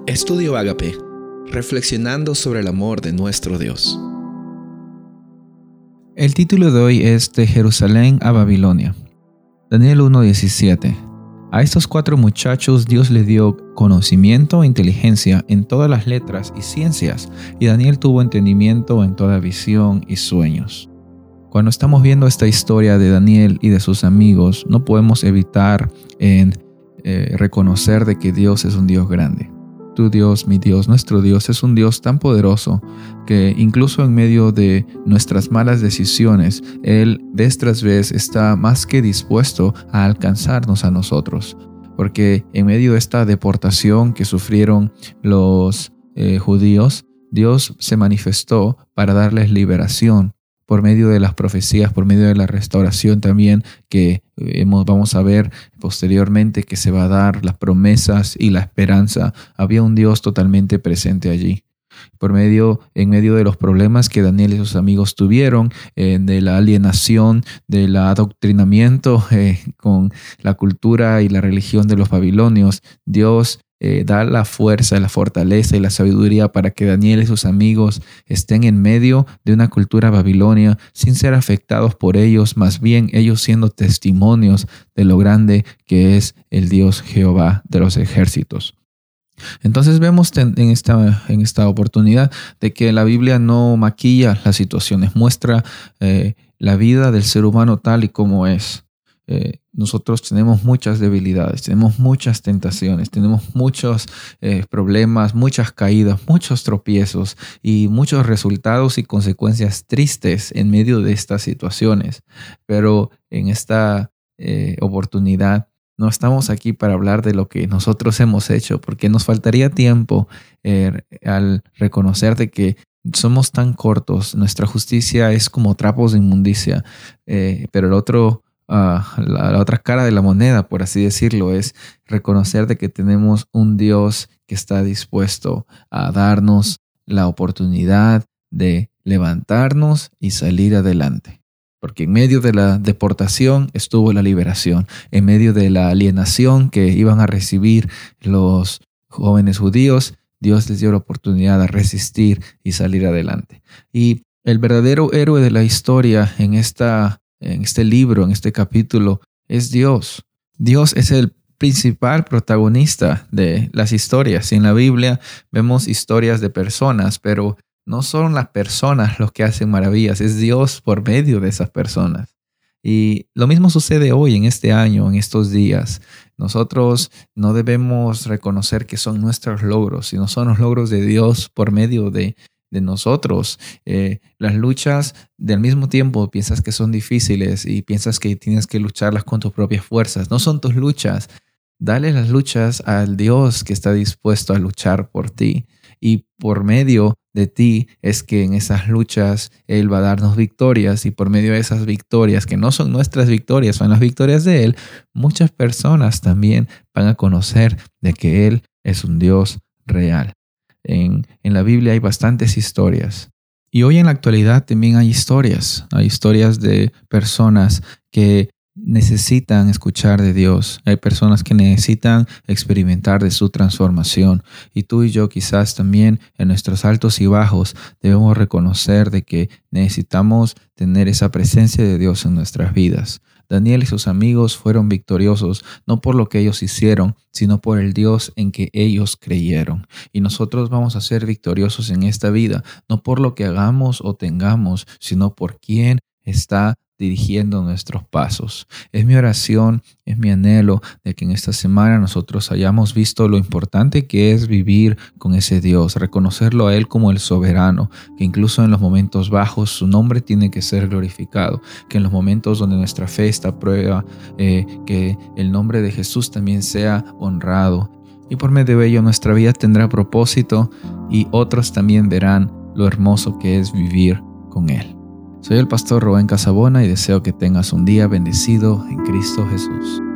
Estudio Ágape, reflexionando sobre el amor de nuestro Dios. El título de hoy es De Jerusalén a Babilonia. Daniel 1:17. A estos 4 muchachos Dios les dio conocimiento e inteligencia en todas las letras y ciencias, y Daniel tuvo entendimiento en toda visión y sueños. Cuando estamos viendo esta historia de Daniel y de sus amigos, no podemos evitar reconocer de que Dios es un Dios grande. Tu Dios, mi Dios, nuestro Dios es un Dios tan poderoso que incluso en medio de nuestras malas decisiones, Él vez tras vez está más que dispuesto a alcanzarnos a nosotros. Porque en medio de esta deportación que sufrieron los judíos, Dios se manifestó para darles liberación por medio de las profecías, por medio de la restauración también que vamos a ver posteriormente que se va a dar, las promesas y la esperanza. Había un Dios totalmente presente allí. En medio de los problemas que Daniel y sus amigos tuvieron, de la alienación, del adoctrinamiento con la cultura y la religión de los babilonios, Dios da la fuerza, la fortaleza y la sabiduría para que Daniel y sus amigos estén en medio de una cultura babilonia sin ser afectados por ellos, más bien ellos siendo testimonios de lo grande que es el Dios Jehová de los ejércitos. Entonces vemos en esta oportunidad de que la Biblia no maquilla las situaciones, muestra la vida del ser humano tal y como es. Nosotros tenemos muchas debilidades, tenemos muchas tentaciones, tenemos muchos problemas, muchas caídas, muchos tropiezos y muchos resultados y consecuencias tristes en medio de estas situaciones. Pero en esta oportunidad no estamos aquí para hablar de lo que nosotros hemos hecho, porque nos faltaría tiempo al reconocer de que somos tan cortos, nuestra justicia es como trapos de inmundicia, pero la otra cara de la moneda, por así decirlo, es reconocer de que tenemos un Dios que está dispuesto a darnos la oportunidad de levantarnos y salir adelante. Porque en medio de la deportación estuvo la liberación, en medio de la alienación que iban a recibir los jóvenes judíos, Dios les dio la oportunidad de resistir y salir adelante. Y el verdadero héroe de la historia en este libro, en este capítulo, es Dios. Dios es el principal protagonista de las historias. En la Biblia vemos historias de personas, pero no son las personas los que hacen maravillas, es Dios por medio de esas personas. Y lo mismo sucede hoy, en este año, en estos días. Nosotros no debemos reconocer que son nuestros logros, sino son los logros de Dios por medio de nosotros. Las luchas del mismo tiempo piensas que son difíciles y piensas que tienes que lucharlas con tus propias fuerzas. No son tus luchas. Dale las luchas al Dios que está dispuesto a luchar por ti. Y por medio de ti es que en esas luchas Él va a darnos victorias, y por medio de esas victorias, que no son nuestras victorias, son las victorias de Él, muchas personas también van a conocer de que Él es un Dios real. En la Biblia hay bastantes historias. Y hoy en la actualidad también hay historias. Hay historias de personas que necesitan escuchar de Dios. Hay personas que necesitan experimentar de su transformación. Y tú y yo quizás también en nuestros altos y bajos debemos reconocer de que necesitamos tener esa presencia de Dios en nuestras vidas. Daniel y sus amigos fueron victoriosos no por lo que ellos hicieron, sino por el Dios en que ellos creyeron. Y nosotros vamos a ser victoriosos en esta vida, no por lo que hagamos o tengamos, sino por quién está dirigiendo nuestros pasos. Es mi oración, es mi anhelo de que en esta semana nosotros hayamos visto lo importante que es vivir con ese Dios, reconocerlo a Él como el soberano, que incluso en los momentos bajos su nombre tiene que ser glorificado, que en los momentos donde nuestra fe está a prueba, que el nombre de Jesús también sea honrado. Y por medio de ello nuestra vida tendrá propósito y otros también verán lo hermoso que es vivir con Él. Soy el pastor Rubén Casabona y deseo que tengas un día bendecido en Cristo Jesús.